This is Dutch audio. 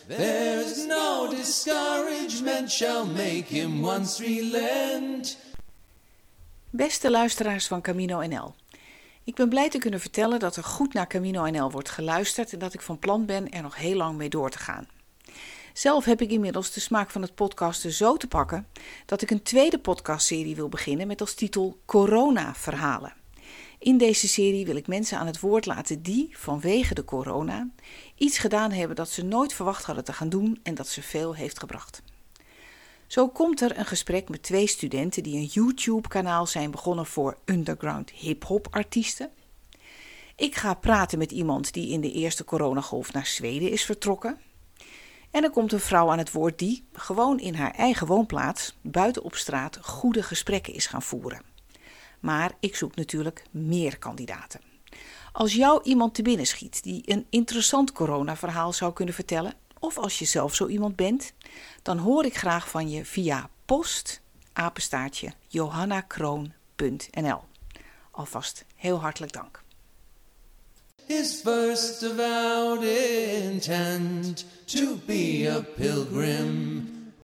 There's no discouragement shall make him once relent. Beste luisteraars van Camino NL. Ik ben blij te kunnen vertellen dat er goed naar Camino NL wordt geluisterd en dat ik van plan ben er nog heel lang mee door te gaan. Zelf heb ik inmiddels de smaak van het podcasten zo te pakken dat ik een tweede podcastserie wil beginnen met als titel Corona-verhalen. In deze serie wil ik mensen aan het woord laten die, vanwege de corona, iets gedaan hebben dat ze nooit verwacht hadden te gaan doen en dat ze veel heeft gebracht. Zo komt er een gesprek met 2 studenten die een YouTube-kanaal zijn begonnen voor underground hip-hop artiesten. Ik ga praten met iemand die in de eerste coronagolf naar Zweden is vertrokken. En er komt een vrouw aan het woord die, gewoon in haar eigen woonplaats, buiten op straat goede gesprekken is gaan voeren. Maar ik zoek natuurlijk meer kandidaten. Als jou iemand te binnen schiet die een interessant coronaverhaal zou kunnen vertellen, of als je zelf zo iemand bent, dan hoor ik graag van je via post@johannakroon.nl. Alvast heel hartelijk dank. His first avowed intent to be a pilgrim